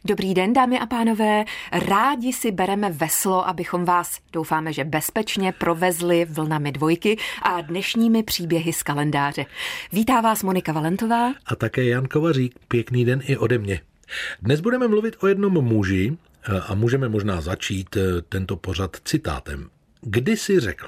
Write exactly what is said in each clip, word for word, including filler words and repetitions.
Dobrý den, dámy a pánové. Rádi si bereme veslo, abychom vás, doufáme, že bezpečně provezli vlnami dvojky a dnešními příběhy z kalendáře. Vítá vás Monika Valentová. A také Jan Kovařík. Pěkný den i ode mě. Dnes budeme mluvit o jednom muži a můžeme možná začít tento pořad citátem. Kdysi řekl,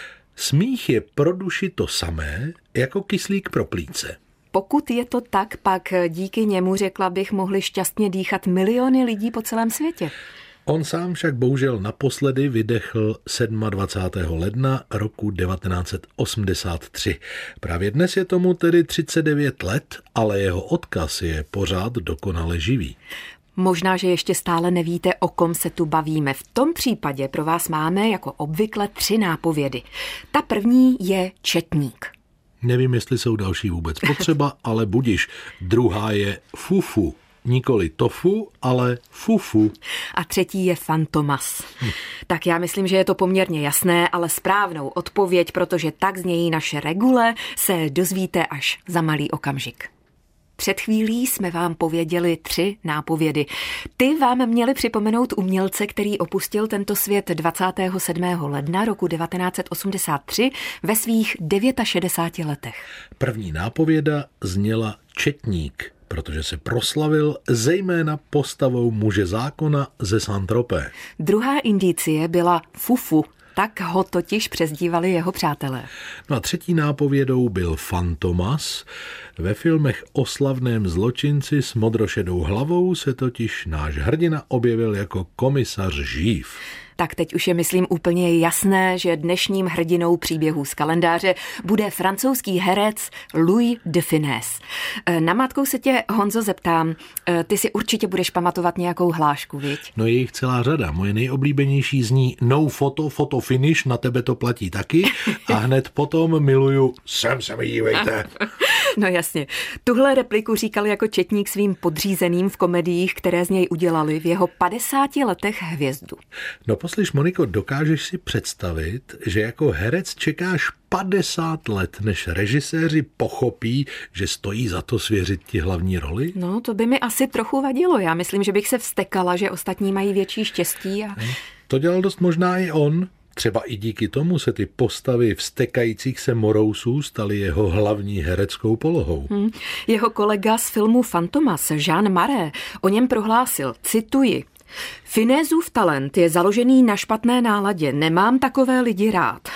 smích je pro duši to samé jako kyslík pro plíce. Pokud je to tak, pak díky němu, řekla bych, mohli šťastně dýchat miliony lidí po celém světě. On sám však bohužel naposledy vydechl dvacátého sedmého ledna roku devatenáct set osmdesát tři. Právě dnes je tomu tedy třicet devět let, ale jeho odkaz je pořád dokonale živý. Možná, že ještě stále nevíte, o kom se tu bavíme. V tom případě pro vás máme jako obvykle tři nápovědy. Ta první je četník. Nevím, jestli jsou další vůbec potřeba, ale budiš. Druhá je fufu. Nikoli tofu, ale fufu. A třetí je fantomas. Hm. Tak já myslím, že je to poměrně jasné, ale správnou odpověď, protože tak znějí naše regule, se dozvíte až za malý okamžik. Před chvílí jsme vám pověděli tři nápovědy. Ty vám měly připomenout umělce, který opustil tento svět dvacátého sedmého ledna roku devatenáct set osmdesát tři ve svých šedesáti devíti letech. První nápověda zněla četník, protože se proslavil zejména postavou muže zákona ze Saint-Tropez. Druhá indicie byla fufu. Tak ho totiž přezdívali jeho přátelé. No a třetí nápovědou byl fantomas. Ve filmech o slavném zločinci s modrošedou hlavou se totiž náš hrdina objevil jako komisař Živ. Tak teď už je, myslím, úplně jasné, že dnešním hrdinou příběhů z kalendáře bude francouzský herec Louis de Funès. Namátkou se tě, Honzo, zeptám, ty si určitě budeš pamatovat nějakou hlášku, viď? No je jich celá řada. Moje nejoblíbenější zní no foto, foto finish, na tebe to platí taky. A hned potom miluju sem se mi dívejte. No jasně. Tuhle repliku říkal jako četník svým podřízeným v komediích, které z něj udělali v jeho padesáti letech hvězdu. No poslyš, Moniko, dokážeš si představit, že jako herec čekáš padesát let, než režiséři pochopí, že stojí za to svěřit ti hlavní roli? No, to by mi asi trochu vadilo. Já myslím, že bych se vztekala, že ostatní mají větší štěstí. A... To dělal dost možná i on. Třeba i díky tomu se ty postavy vztekajících se morousů staly jeho hlavní hereckou polohou. Hmm. Jeho kolega z filmu Fantomas, Jean Marais, o něm prohlásil, cituji, Funèsův talent je založený na špatné náladě. Nemám takové lidi rád.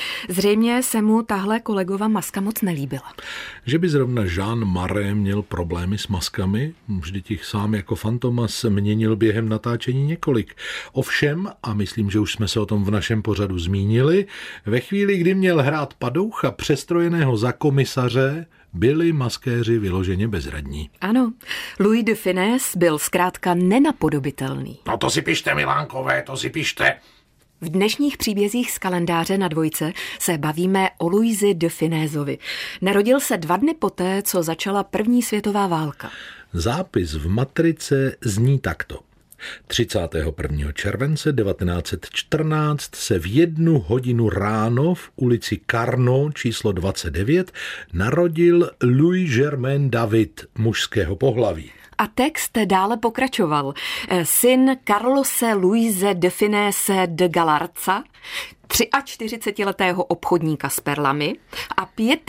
Zřejmě se mu tahle kolegova maska moc nelíbila. Že by zrovna Jean Marais měl problémy s maskami? Vždyť jich sám jako Fantomas měnil během natáčení několik. Ovšem, a myslím, že už jsme se o tom v našem pořadu zmínili, ve chvíli, kdy měl hrát padoucha přestrojeného za komisaře, byli maskéři vyloženě bezradní. Ano, Louis de Funès byl zkrátka nenapodobitelný. No to si pište, Milánkové, to si pište. V dnešních příbězích z kalendáře na dvojce se bavíme o Louisi de Funèsovi. Narodil se dva dny poté, co začala první světová válka. Zápis v matrice zní takto. třicátého prvního července devatenáct set čtrnáct se v jednu hodinu ráno v ulici Carnot číslo dvacet devět narodil Louis Germain David mužského pohlaví. A text dále pokračoval. Syn Carlose Louise de Funèse de Galarza, čtyřicetiletého obchodníka s perlami a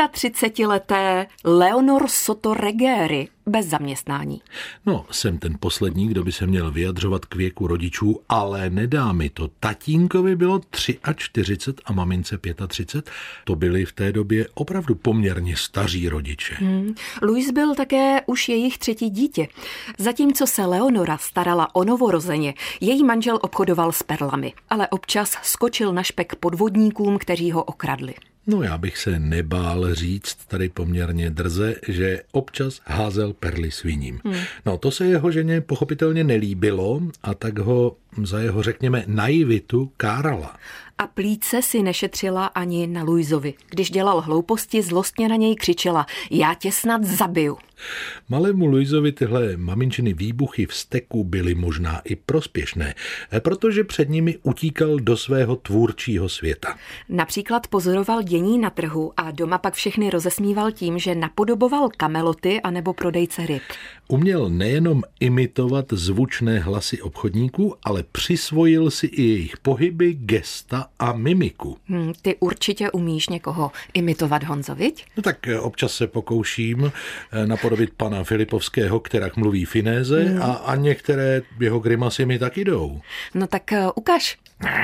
třicetileté Leonor Soto Regeri bez zaměstnání. No, jsem ten poslední, kdo by se měl vyjadřovat k věku rodičů, ale nedá mi to. Tatínkovi bylo čtyřicet tři a mamince třicet pět. To byli v té době opravdu poměrně staří rodiče. Hmm. Louis byl také už jejich třetí dítě. Zatímco se Leonora starala o novorozeně, její manžel obchodoval s perlami, ale občas skočil na špek podvodníkům, kteří ho okradli. No já bych se nebál říct tady poměrně drze, že občas házel perly sviním. Hmm. No to se jeho ženě pochopitelně nelíbilo a tak ho za jeho, řekněme, naivitu kárala. A plíce si nešetřila ani na Louisovi. Když dělal hlouposti, zlostně na něj křičela: já tě snad zabiju. Malému Louisovi tyhle maminčiny výbuchy v steku byly možná i prospěšné, protože před nimi utíkal do svého tvůrčího světa. Například pozoroval dění na trhu a doma pak všechny rozesmíval tím, že napodoboval kameloty anebo prodejce ryb. Uměl nejenom imitovat zvučné hlasy obchodníků, ale přisvojil si i jejich pohyby, gesta a mimiku. Hmm, ty určitě umíš někoho imitovat, Honzo, viď? No tak občas se pokouším napodobit pana Filipovského, kterak mluví finéze, hmm. a, a některé jeho grimasy mi taky jdou. No tak uh, ukaž.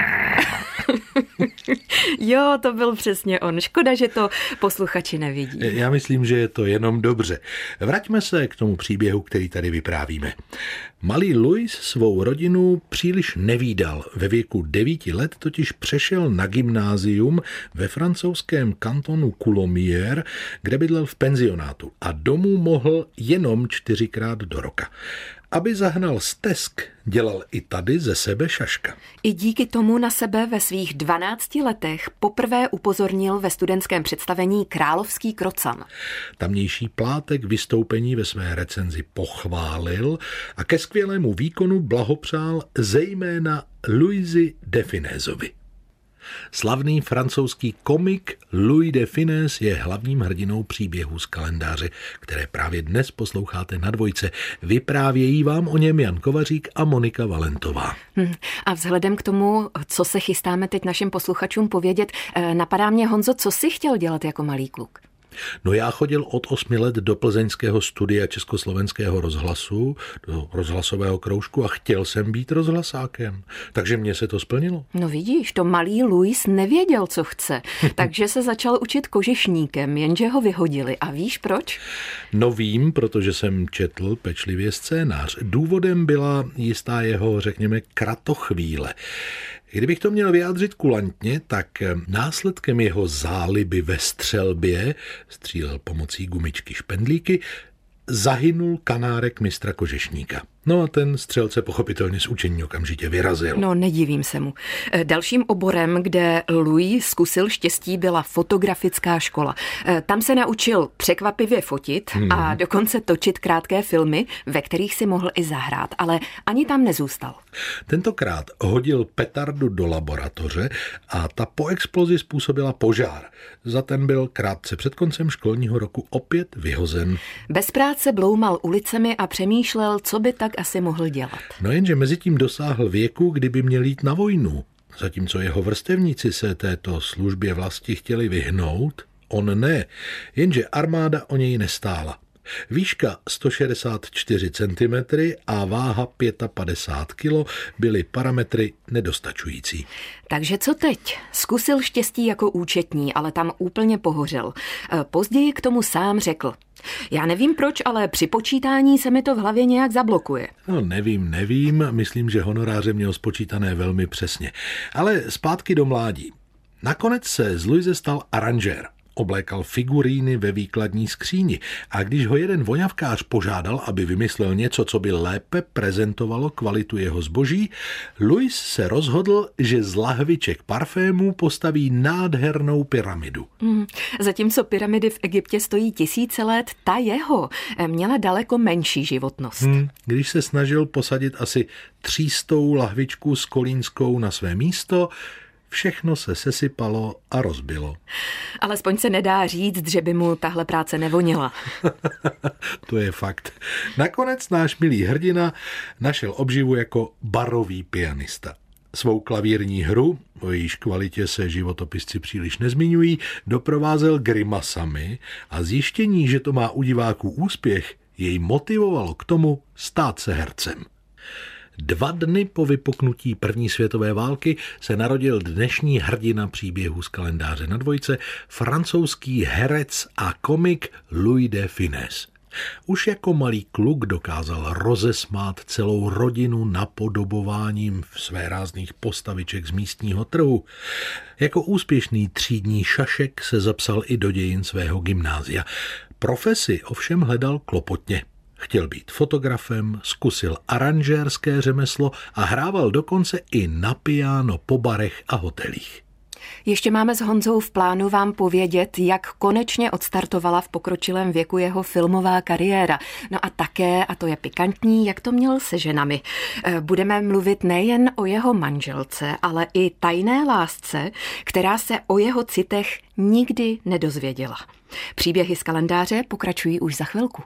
Jo, to byl přesně on. Škoda, že to posluchači nevidí. Já myslím, že je to jenom dobře. Vraťme se k tomu příběhu, který tady vyprávíme. Malý Louis svou rodinu příliš nevídal. Ve věku devíti let totiž přešel na gymnázium ve francouzském kantonu Coulommiers, kde bydlel v penzionátu a domů mohl jenom čtyřikrát do roka. Aby zahnal stesk, dělal i tady ze sebe šaška. I díky tomu na sebe ve svých dvanácti letech poprvé upozornil ve studentském představení Královský krocan. Tamnější plátek vystoupení ve své recenzi pochválil a ke skvělému výkonu blahopřál zejména Louisi de Finézovi. Slavný francouzský komik Louis de Funès je hlavním hrdinou příběhů z kalendáře, které právě dnes posloucháte na Dvojce. Vyprávějí vám o něm Jan Kovařík a Monika Valentová. Hmm. A vzhledem k tomu, co se chystáme teď našim posluchačům povědět, napadá mě, Honzo, co jsi chtěl dělat jako malý kluk? No já chodil od osmi let do plzeňského studia Československého rozhlasu, do rozhlasového kroužku a chtěl jsem být rozhlasákem. Takže mně se to splnilo. No vidíš, to malý Louis nevěděl, co chce, takže se začal učit kožešníkem, jenže ho vyhodili. A víš proč? No vím, protože jsem četl pečlivě scénář. Důvodem byla jistá jeho, řekněme, kratochvíle. Kdybych to měl vyjádřit kulantně, tak následkem jeho záliby ve střelbě, střílel pomocí gumičky špendlíky, zahynul kanárek mistra kožešníka. No a ten střelce pochopitelně z učení okamžitě vyrazil. No, nedivím se mu. Dalším oborem, kde Louis zkusil štěstí, byla fotografická škola. Tam se naučil překvapivě fotit hmm. a dokonce točit krátké filmy, ve kterých si mohl i zahrát, ale ani tam nezůstal. Tentokrát hodil petardu do laboratoře a ta po explozi způsobila požár. Za ten byl krátce před koncem školního roku opět vyhozen. Bez práce bloumal ulicemi a přemýšlel, co by tak asi mohl dělat. No jenže mezitím dosáhl věku, kdyby měl jít na vojnu. Zatímco jeho vrstevníci se této službě vlasti chtěli vyhnout, on ne, jenže armáda o něj nestála. Výška sto šedesát čtyři centimetrů a váha padesát pět kilogramů byly parametry nedostačující. Takže co teď? Zkusil štěstí jako účetní, ale tam úplně pohořel. Později k tomu sám řekl: já nevím proč, ale při počítání se mi to v hlavě nějak zablokuje. No nevím, nevím, myslím, že honoráře měl spočítané velmi přesně. Ale zpátky do mládí. Nakonec se z Louise stal aranžér. Oblékal figuríny ve výkladní skříni a když ho jeden voňavkář požádal, aby vymyslel něco, co by lépe prezentovalo kvalitu jeho zboží, Louis se rozhodl, že z lahviček parfémů postaví nádhernou pyramidu. Mm, zatímco pyramidy v Egyptě stojí tisíce let, ta jeho měla daleko menší životnost. Hmm, když se snažil posadit asi třístou lahvičku s kolínskou na své místo, všechno se sesypalo a rozbilo. Alespoň se nedá říct, že by mu tahle práce nevonila. To je fakt. Nakonec náš milý hrdina našel obživu jako barový pianista. Svou klavírní hru, o jejíž kvalitě se životopisci příliš nezmiňují, doprovázel grimasami a zjištění, že to má u diváků úspěch, jej motivovalo k tomu stát se hercem. Dva dny po vypuknutí první světové války se narodil dnešní hrdina příběhu z kalendáře na Dvojce, francouzský herec a komik Louis de Funès. Už jako malý kluk dokázal rozesmát celou rodinu napodobováním své rázných postaviček z místního trhu. Jako úspěšný třídní šašek se zapsal i do dějin svého gymnázia. Profesi ovšem hledal klopotně. Chtěl být fotografem, zkusil aranžérské řemeslo a hrával dokonce i na piano po barech a hotelích. Ještě máme s Honzou v plánu vám povědět, jak konečně odstartovala v pokročilém věku jeho filmová kariéra. No a také, a to je pikantní, jak to měl se ženami. Budeme mluvit nejen o jeho manželce, ale i tajné lásce, která se o jeho citech nikdy nedozvěděla. Příběhy z kalendáře pokračují už za chvilku.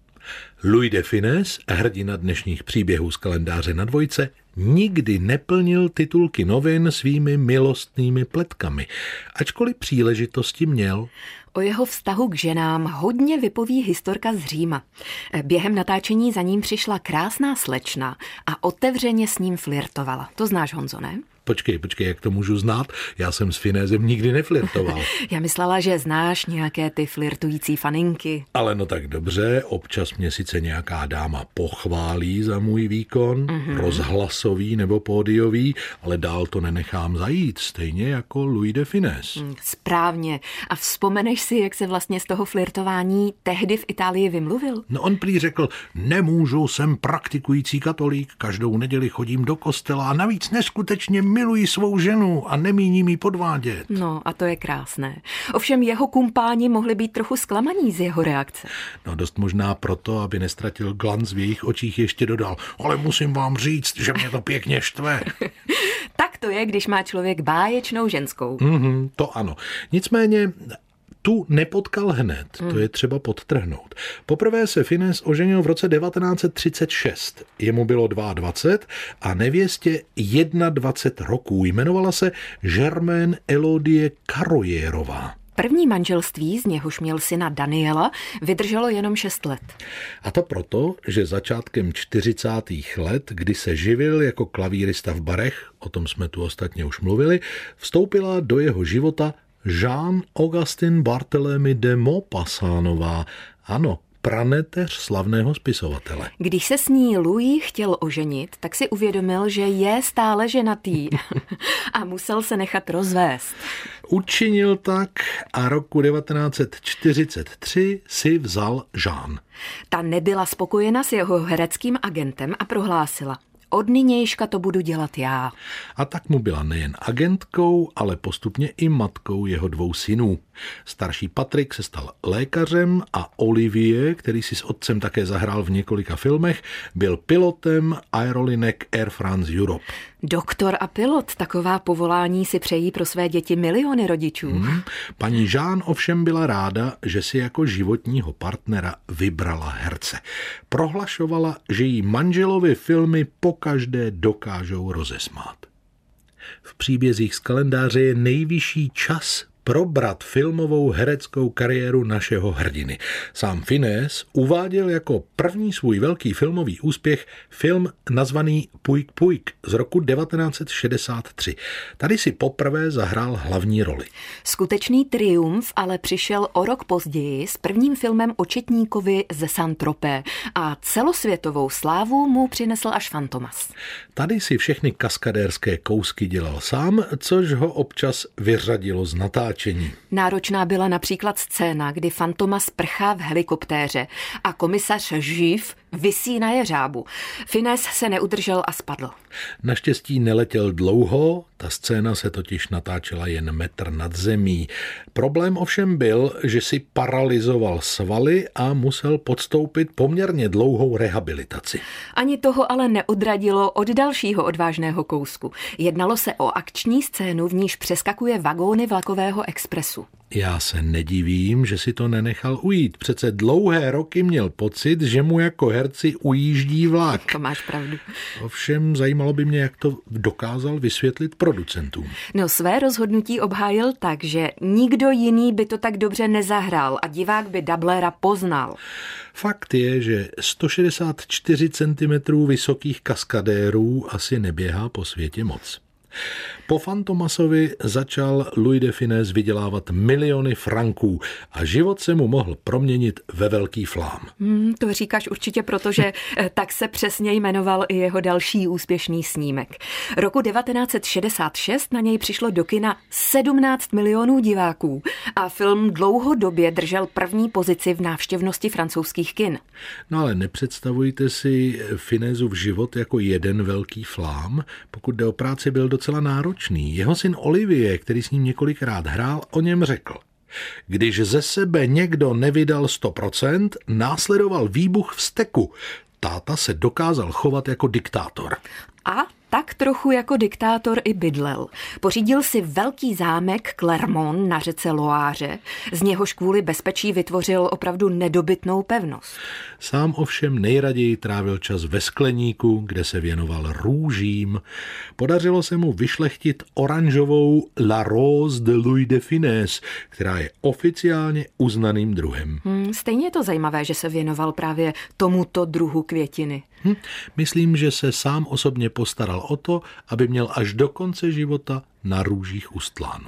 Louis de Funès, hrdina dnešních příběhů z kalendáře na dvojce, nikdy neplnil titulky novin svými milostnými pletkami, ačkoliv příležitosti měl. O jeho vztahu k ženám hodně vypoví historka z Říma. Během natáčení za ním přišla krásná slečna a otevřeně s ním flirtovala. To znáš, Honzo, ne? Počkej, počkej, jak to můžu znát? Já jsem s Funésem nikdy neflirtoval. Já myslela, že znáš nějaké ty flirtující faninky. Ale no tak dobře, občas mě sice nějaká dáma pochválí za můj výkon, mm-hmm. rozhlasový nebo pódiový, ale dál to nenechám zajít, stejně jako Louis de Funès. Mm, správně. A vzpomeneš si, jak se vlastně z toho flirtování tehdy v Itálii vymluvil? No on prý řekl, nemůžu, jsem praktikující katolík, každou neděli chodím do kostela a navíc neskutečně miluji svou ženu a nemíním jí podvádět. No a to je krásné. Ovšem jeho kumpáni mohli být trochu zklamaní z jeho reakce. No dost možná proto, aby nestratil glanc v jejich očích, ještě dodal, ale musím vám říct, že mě to pěkně štve. Tak to je, když má člověk báječnou ženskou. Mm-hmm, to ano. Nicméně tu nepotkal hned, to je třeba podtrhnout. Poprvé se Funès oženil v roce devatenáct set třicet šest. Jemu bylo dvacet dva a nevěstě dvacet jedna roků. Jmenovala se Germaine Elodie Carroyerová. První manželství, z něhož měl syna Daniela, vydrželo jenom šest let. A to proto, že začátkem čtyřicátých let, kdy se živil jako klavírista v barech, o tom jsme tu ostatně už mluvili, vstoupila do jeho života Jean-Augustin Barthélemy de Maupassantnová, ano, praneteř slavného spisovatele. Když se s ní Louis chtěl oženit, tak si uvědomil, že je stále ženatý a musel se nechat rozvést. Učinil tak a roku devatenáct set čtyřicet tři si vzal Jean. Ta nebyla spokojena s jeho hereckým agentem a prohlásila: od nynějška to budu dělat já. A tak mu byla nejen agentkou, ale postupně i matkou jeho dvou synů. Starší Patrik se stal lékařem a Olivier, který si s otcem také zahrál v několika filmech, byl pilotem aerolinek Air France Europe. Doktor a pilot, taková povolání si přejí pro své děti miliony rodičů. Hmm. Paní Jean ovšem byla ráda, že si jako životního partnera vybrala herce. Prohlašovala, že jí manželovi filmy pokaždé dokážou rozesmát. V příbězích z kalendáře je nejvyšší čas probrat filmovou hereckou kariéru našeho hrdiny. Sám Funès uváděl jako první svůj velký filmový úspěch film nazvaný Puig Puig z roku devatenáct set šedesát tři. Tady si poprvé zahrál hlavní roli. Skutečný triumf ale přišel o rok později s prvním filmem o četníkovi ze Saint-Tropez a celosvětovou slávu mu přinesl až Fantomas. Tady si všechny kaskadérské kousky dělal sám, což ho občas vyřadilo z natáčení. Náročná byla například scéna, kdy Fantomas prchá v helikoptéře a komisař Živ visí na jeřábu. Funès se neudržel a spadl. Naštěstí neletěl dlouho, ta scéna se totiž natáčela jen metr nad zemí. Problém ovšem byl, že si paralyzoval svaly a musel podstoupit poměrně dlouhou rehabilitaci. Ani toho ale neodradilo od dalšího odvážného kousku. Jednalo se o akční scénu, v níž přeskakuje vagóny vlakového expresu. Já se nedivím, že si to nenechal ujít. Přece dlouhé roky měl pocit, že mu jako herci ujíždí vlak. To máš pravdu. Ovšem zajímalo by mě, jak to dokázal vysvětlit producentům. No, své rozhodnutí obhájil tak, že nikdo jiný by to tak dobře nezahrál a divák by dublera poznal. Fakt je, že sto šedesát čtyři centimetrů vysokých kaskadérů asi neběhá po světě moc. Po Fantomasovi začal Louis de Funès vydělávat miliony franků a život se mu mohl proměnit ve velký flám. Hmm, to říkáš určitě proto, že tak se přesně jmenoval i jeho další úspěšný snímek. Roku devatenáct set šedesát šest na něj přišlo do kina sedmnáct milionů diváků a film dlouhodobě držel první pozici v návštěvnosti francouzských kin. No ale nepředstavujte si Funèsův život jako jeden velký flám. Pokud jde o práci, byl docela docela náročný. Jeho syn Olivier, který s ním několikrát hrál, o něm řekl: když ze sebe někdo nevydal sto procent, následoval výbuch vzteku. Táta se dokázal chovat jako diktátor. A tak trochu jako diktátor i bydlel. Pořídil si velký zámek Clermont na řece Loire, z něhož kvůli bezpečí vytvořil opravdu nedobytnou pevnost. Sám ovšem nejraději trávil čas ve skleníku, kde se věnoval růžím. Podařilo se mu vyšlechtit oranžovou La Rose de Louis de Funès, která je oficiálně uznaným druhem. Hmm, stejně je to zajímavé, že se věnoval právě tomuto druhu květiny. Hm, myslím, že se sám osobně postaral o to, aby měl až do konce života na růžích ustláno.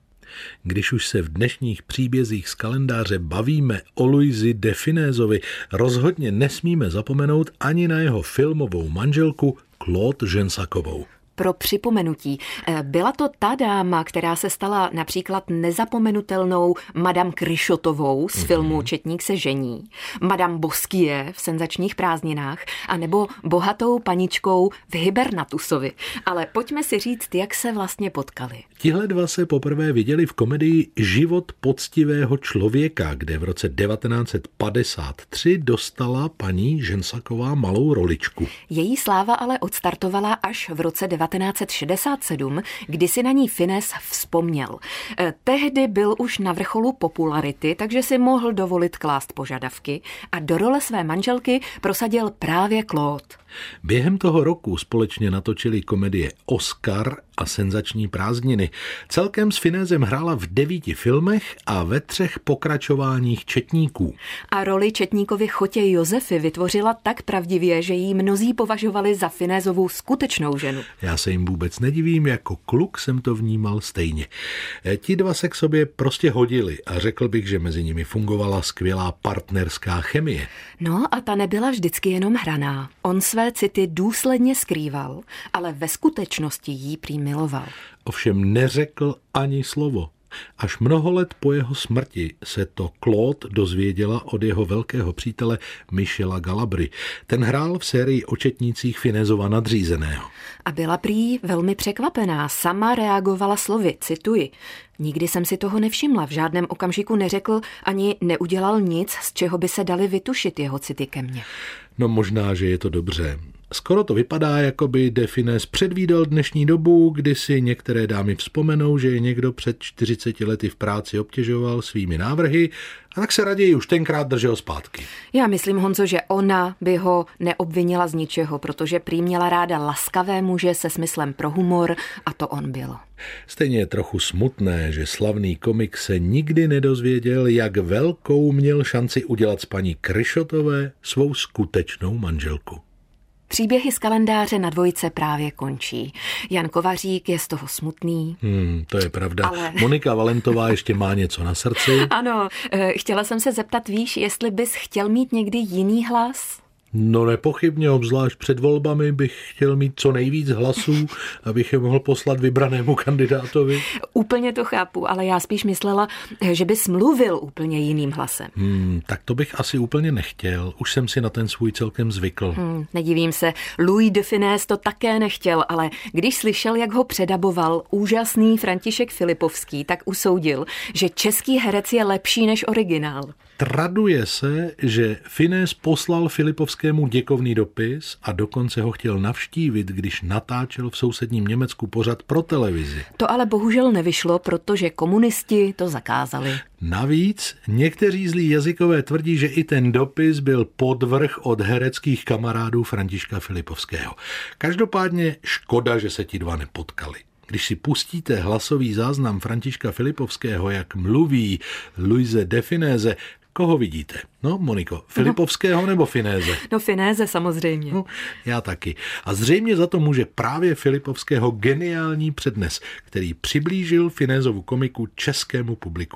Když už se v dnešních příbězích z kalendáře bavíme o Louisi de Funèsovi, rozhodně nesmíme zapomenout ani na jeho filmovou manželku Claude Gensakovou. Pro připomenutí, byla to ta dáma, která se stala například nezapomenutelnou Madame Krišotovou z filmu Četník se žení, Madame Bosquier v Senzačních prázdninách, anebo bohatou paničkou v Hibernatusovi. Ale pojďme si říct, jak se vlastně potkali. Tihle dva se poprvé viděli v komedii Život poctivého člověka, kde v roce devatenáct set padesát tři dostala paní Gensaková malou roličku. Její sláva ale odstartovala až v roce devatenáct set šedesát sedm, kdy si na ní Funès vzpomněl. Tehdy byl už na vrcholu popularity, takže si mohl dovolit klást požadavky a do role své manželky prosadil právě Claude. Během toho roku společně natočili komedie Oscar a Senzační prázdniny. Celkem s Funèsem hrála v devíti filmech a ve třech pokračováních Četníků. A roli četníkovi Chotě Josefy vytvořila tak pravdivě, že jí mnozí považovali za Funèsovu skutečnou ženu. Já se jim vůbec nedivím, jako kluk jsem to vnímal stejně. Ti dva se k sobě prostě hodili a řekl bych, že mezi nimi fungovala skvělá partnerská chemie. No a ta nebyla vždycky jenom hraná. On své city důsledně skrýval, ale ve skutečnosti jí prý miloval. Ovšem neřekl ani slovo. Až mnoho let po jeho smrti se to Claude dozvěděla od jeho velkého přítele Michela Galabry. Ten hrál v sérii o četnících Funèsova nadřízeného. A byla prý velmi překvapená. Sama reagovala slovy, cituji: nikdy jsem si toho nevšimla, v žádném okamžiku neřekl ani neudělal nic, z čeho by se dali vytušit jeho city ke mně. No možná, že je to dobře. Skoro to vypadá, jako by de Funès předvídal dnešní dobu, kdy si některé dámy vzpomenou, že je někdo před čtyřiceti lety v práci obtěžoval svými návrhy a tak se raději už tenkrát držel zpátky. Já myslím, Honzo, že ona by ho neobvinila z ničeho, protože prý měla ráda laskavé muže se smyslem pro humor a to on byl. Stejně je trochu smutné, že slavný komik se nikdy nedozvěděl, jak velkou měl šanci udělat z paní Krišotové svou skutečnou manželku. Příběhy z kalendáře na dvojce právě končí. Jan Kovařík je z toho smutný. Hmm, to je pravda. Ale... Monika Valentová ještě má něco na srdci. Ano, chtěla jsem se zeptat, víš, jestli bys chtěl mít někdy jiný hlas? No nepochybně, obzvlášť před volbami bych chtěl mít co nejvíc hlasů, abych je mohl poslat vybranému kandidátovi. Úplně to chápu, ale já spíš myslela, že bys mluvil úplně jiným hlasem. Hmm, tak to bych asi úplně nechtěl. Už jsem si na ten svůj celkem zvykl. Hmm, nedivím se. Louis de Funès to také nechtěl, ale když slyšel, jak ho předaboval úžasný František Filipovský, tak usoudil, že český herec je lepší než originál. Traduje se, že Funès poslal Filipovskému děkovný dopis a dokonce ho chtěl navštívit, když natáčel v sousedním Německu pořad pro televizi. To ale bohužel nevyšlo, protože komunisti to zakázali. Navíc někteří zlí jazykové tvrdí, že i ten dopis byl podvrh od hereckých kamarádů Františka Filipovského. Každopádně škoda, že se ti dva nepotkali. Když si pustíte hlasový záznam Františka Filipovského, jak mluví Louise de Funèse, koho vidíte? No, Moniko, Filipovského nebo Funèse? No, Funèse samozřejmě. No, já taky. A zřejmě za to může právě Filipovského geniální přednes, který přiblížil Funèsovu komiku českému publiku.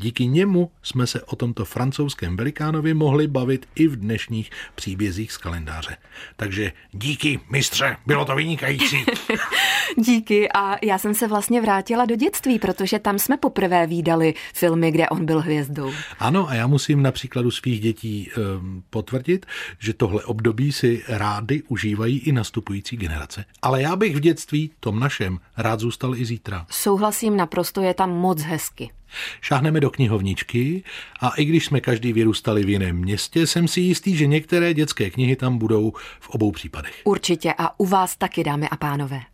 Díky němu jsme se o tomto francouzském velikánovi mohli bavit i v dnešních příbězích z kalendáře. Takže díky, mistře, bylo to vynikající. Díky a já jsem se vlastně vrátila do dětství, protože tam jsme poprvé vídali filmy, kde on byl hvězdou. Ano, a já musím na příkladu svých dětí e, potvrdit, že tohle období si rády užívají i nastupující generace. Ale já bych v dětství, tom našem, rád zůstal i zítra. Souhlasím naprosto, je tam moc hezky. Šáhneme do knihovničky a i když jsme každý vyrůstali v jiném městě, jsem si jistý, že některé dětské knihy tam budou v obou případech. Určitě a u vás taky, dámy a pánové.